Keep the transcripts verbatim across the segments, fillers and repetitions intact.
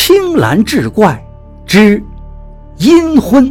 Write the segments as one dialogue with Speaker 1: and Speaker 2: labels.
Speaker 1: 青蓝志怪之阴婚。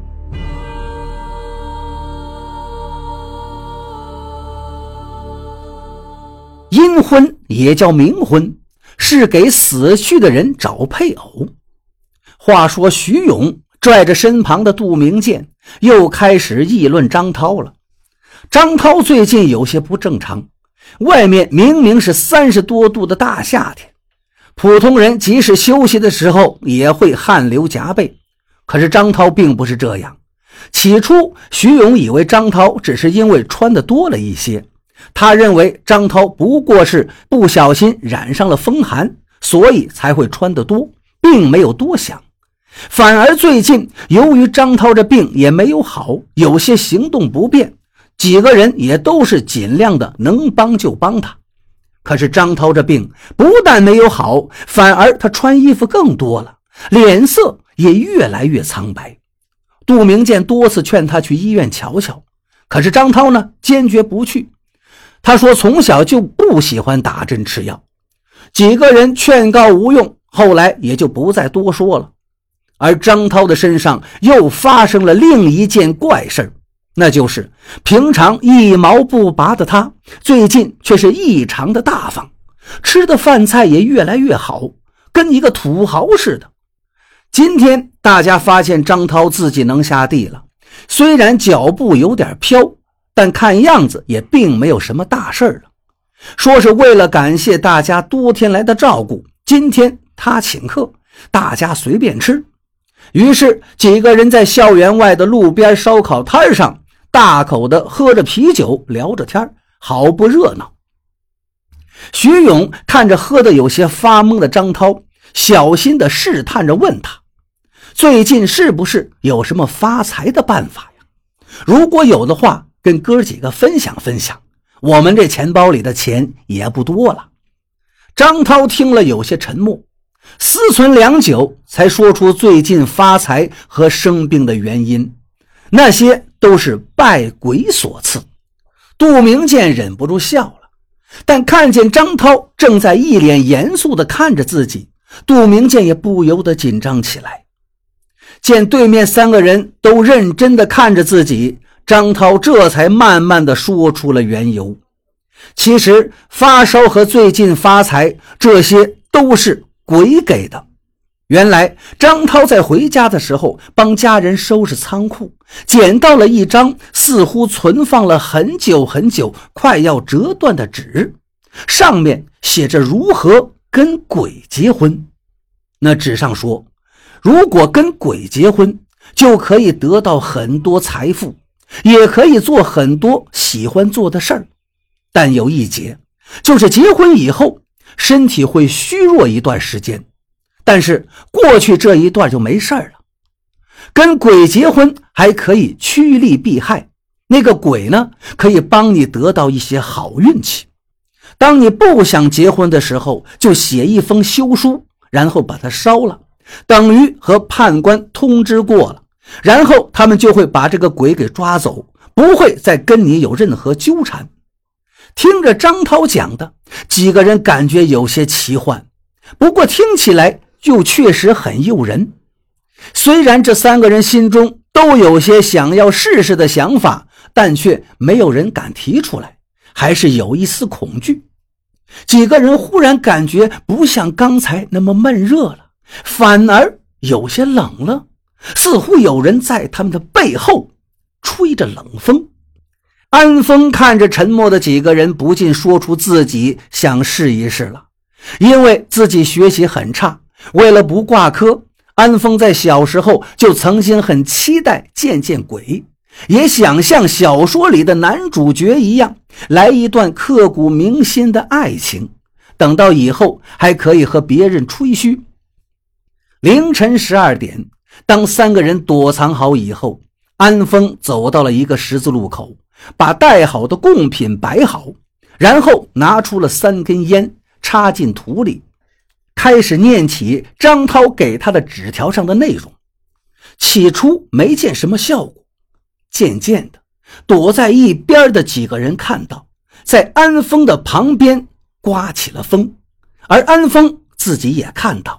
Speaker 1: 阴婚也叫冥婚，是给死去的人找配偶。话说徐勇拽着身旁的杜明剑，又开始议论张涛了。张涛最近有些不正常，外面明明是三十多度的大夏天，普通人即使休息的时候也会汗流浃背，可是张涛并不是这样。起初徐勇以为张涛只是因为穿的多了一些，他认为张涛不过是不小心染上了风寒，所以才会穿得多，并没有多想。反而最近由于张涛这病也没有好，有些行动不便，几个人也都是尽量的能帮就帮他。可是张涛这病不但没有好，反而他穿衣服更多了，脸色也越来越苍白。杜明剑多次劝他去医院瞧瞧，可是张涛呢坚决不去。他说从小就不喜欢打针吃药。几个人劝告无用，后来也就不再多说了。而张涛的身上又发生了另一件怪事，那就是平常一毛不拔的他，最近却是异常的大方，吃的饭菜也越来越好，跟一个土豪似的。今天大家发现张涛自己能下地了，虽然脚步有点飘，但看样子也并没有什么大事了。说是为了感谢大家多天来的照顾，今天他请客，大家随便吃。于是几个人在校园外的路边烧烤摊上大口的喝着啤酒，聊着天，好不热闹。徐勇看着喝得有些发懵的张涛，小心的试探着问他，最近是不是有什么发财的办法呀？如果有的话，跟哥几个分享分享，我们这钱包里的钱也不多了。张涛听了有些沉默，思忖良久，才说出最近发财和生病的原因，那些都是拜鬼所赐。杜明剑忍不住笑了，但看见张涛正在一脸严肃地看着自己，杜明剑也不由得紧张起来。见对面三个人都认真地看着自己，张涛这才慢慢地说出了缘由。其实发烧和最近发财，这些都是鬼给的。原来张涛在回家的时候帮家人收拾仓库，捡到了一张似乎存放了很久很久快要折断的纸，上面写着如何跟鬼结婚。那纸上说，如果跟鬼结婚，就可以得到很多财富，也可以做很多喜欢做的事儿，但有一节，就是结婚以后身体会虚弱一段时间，但是过去这一段就没事了。跟鬼结婚还可以趋利避害，那个鬼呢，可以帮你得到一些好运气。当你不想结婚的时候，就写一封休书，然后把它烧了，等于和判官通知过了，然后他们就会把这个鬼给抓走，不会再跟你有任何纠缠。听着张涛讲的，几个人感觉有些奇幻，不过听起来又确实很诱人。虽然这三个人心中都有些想要试试的想法，但却没有人敢提出来，还是有一丝恐惧。几个人忽然感觉不像刚才那么闷热了，反而有些冷了，似乎有人在他们的背后吹着冷风。安峰看着沉默的几个人，不禁说出自己想试一试了。因为自己学习很差，为了不挂科，安峰在小时候就曾经很期待见见鬼，也想像小说里的男主角一样，来一段刻骨铭心的爱情，等到以后还可以和别人吹嘘。凌晨十二点，当三个人躲藏好以后，安峰走到了一个十字路口，把带好的贡品摆好，然后拿出了三根烟，插进土里，开始念起张涛给他的纸条上的内容。起初没见什么效果，渐渐的，躲在一边的几个人看到，在安峰的旁边刮起了风，而安峰自己也看到了，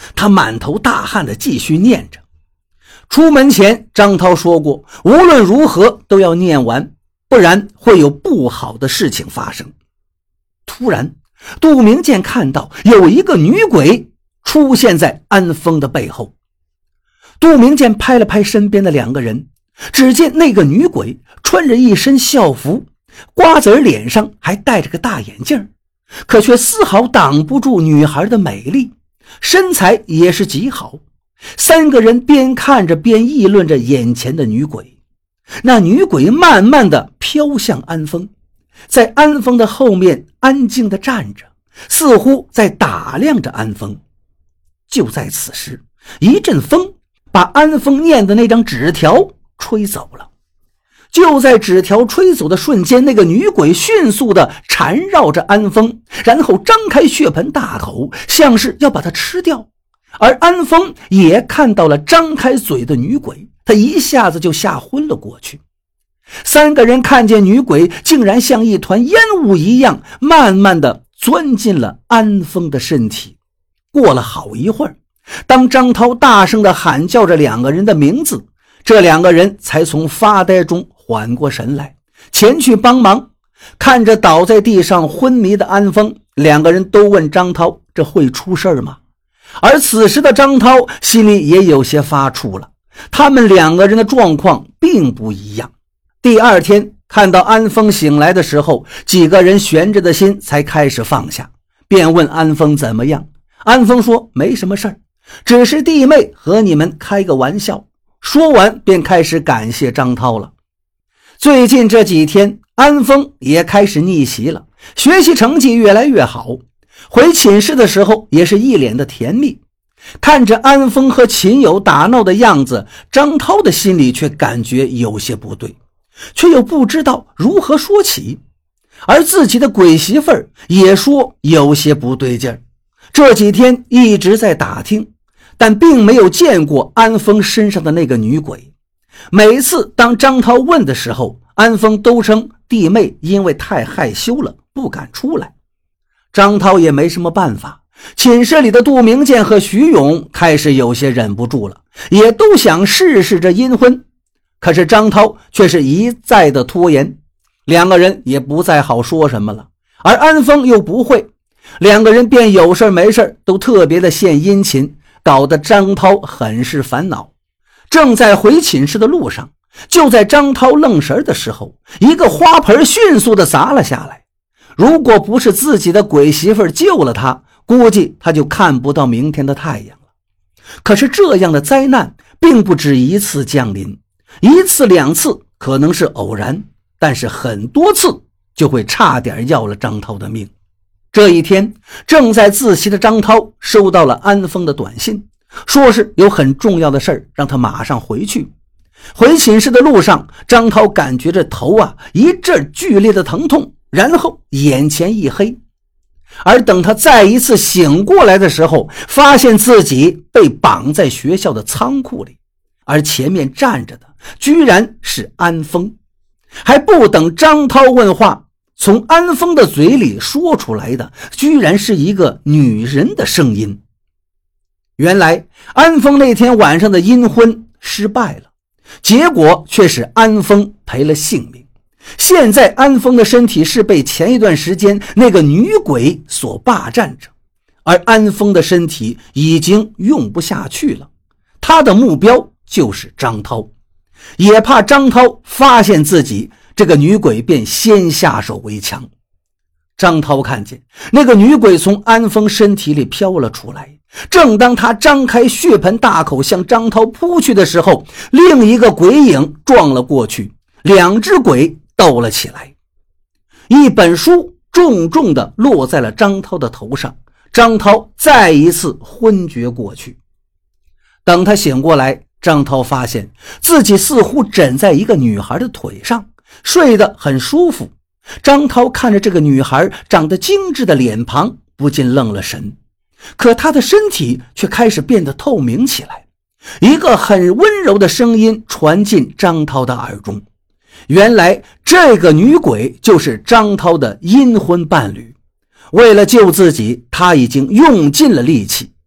Speaker 1: 他满头大汗的继续念着。出门前张涛说过，无论如何都要念完，不然会有不好的事情发生。突然杜明健看到有一个女鬼出现在安峰的背后。杜明健拍了拍身边的两个人，只见那个女鬼穿着一身校服，瓜子脸上还戴着个大眼镜，可却丝毫挡不住女孩的美丽，身材也是极好。三个人边看着边议论着眼前的女鬼。那女鬼慢慢地飘向安峰，在安峰的后面安静地站着，似乎在打量着安峰。就在此时，一阵风把安峰念的那张纸条吹走了。就在纸条吹走的瞬间，那个女鬼迅速地缠绕着安峰，然后张开血盆大口，像是要把它吃掉。而安峰也看到了张开嘴的女鬼，他一下子就吓昏了过去。三个人看见女鬼竟然像一团烟雾一样，慢慢地钻进了安峰的身体。过了好一会儿，当张涛大声地喊叫着两个人的名字，这两个人才从发呆中缓过神来，前去帮忙。看着倒在地上昏迷的安峰，两个人都问张涛，这会出事吗？而此时的张涛心里也有些发怵了，他们两个人的状况并不一样。第二天看到安峰醒来的时候，几个人悬着的心才开始放下，便问安峰怎么样。安峰说没什么事儿，只是弟妹和你们开个玩笑。说完便开始感谢张涛了。最近这几天安峰也开始逆袭了，学习成绩越来越好，回寝室的时候也是一脸的甜蜜。看着安峰和秦友打闹的样子，张涛的心里却感觉有些不对，却又不知道如何说起。而自己的鬼媳妇儿也说有些不对劲儿，这几天一直在打听，但并没有见过安峰身上的那个女鬼。每次当张涛问的时候，安峰都称弟妹因为太害羞了不敢出来。张涛也没什么办法，寝室里的杜明健和徐勇开始有些忍不住了，也都想试试这阴婚。可是张涛却是一再的拖延，两个人也不再好说什么了。而安峰又不会，两个人便有事没事都特别的献殷勤，搞得张涛很是烦恼。正在回寝室的路上，就在张涛愣神的时候，一个花盆迅速的砸了下来。如果不是自己的鬼媳妇救了他，估计他就看不到明天的太阳了。可是这样的灾难并不止一次降临，一次两次可能是偶然，但是很多次就会差点要了张涛的命。这一天，正在自习的张涛收到了安峰的短信，说是有很重要的事儿，让他马上回去。回寝室的路上，张涛感觉这头啊一阵剧烈的疼痛，然后眼前一黑。而等他再一次醒过来的时候，发现自己被绑在学校的仓库里，而前面站着的居然是安峰。还不等张涛问话，从安峰的嘴里说出来的居然是一个女人的声音。原来安峰那天晚上的阴婚失败了，结果却是安峰赔了性命。现在安峰的身体是被前一段时间那个女鬼所霸占着，而安峰的身体已经用不下去了，他的目标就是张涛，也怕张涛发现自己，这个女鬼便先下手为强。张涛看见那个女鬼从安峰身体里飘了出来，正当他张开血盆大口向张涛扑去的时候，另一个鬼影撞了过去，两只鬼斗了起来。一本书重重地落在了张涛的头上，张涛再一次昏厥过去。等他醒过来，张涛发现自己似乎枕在一个女孩的腿上，睡得很舒服。张涛看着这个女孩长得精致的脸庞，不禁愣了神。可她的身体却开始变得透明起来，一个很温柔的声音传进张涛的耳中。原来这个女鬼就是张涛的阴婚伴侣，为了救自己，他已经用尽了力气。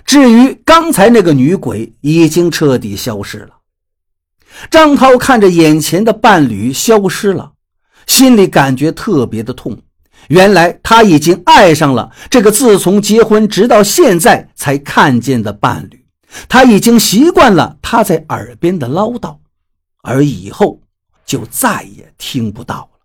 Speaker 1: 至于刚才那个女鬼已经彻底消失了。张涛看着眼前的伴侣消失了，心里感觉特别的痛。原来他已经爱上了这个自从结婚直到现在才看见的伴侣，他已经习惯了他在耳边的唠叨，而以后就再也听不到了。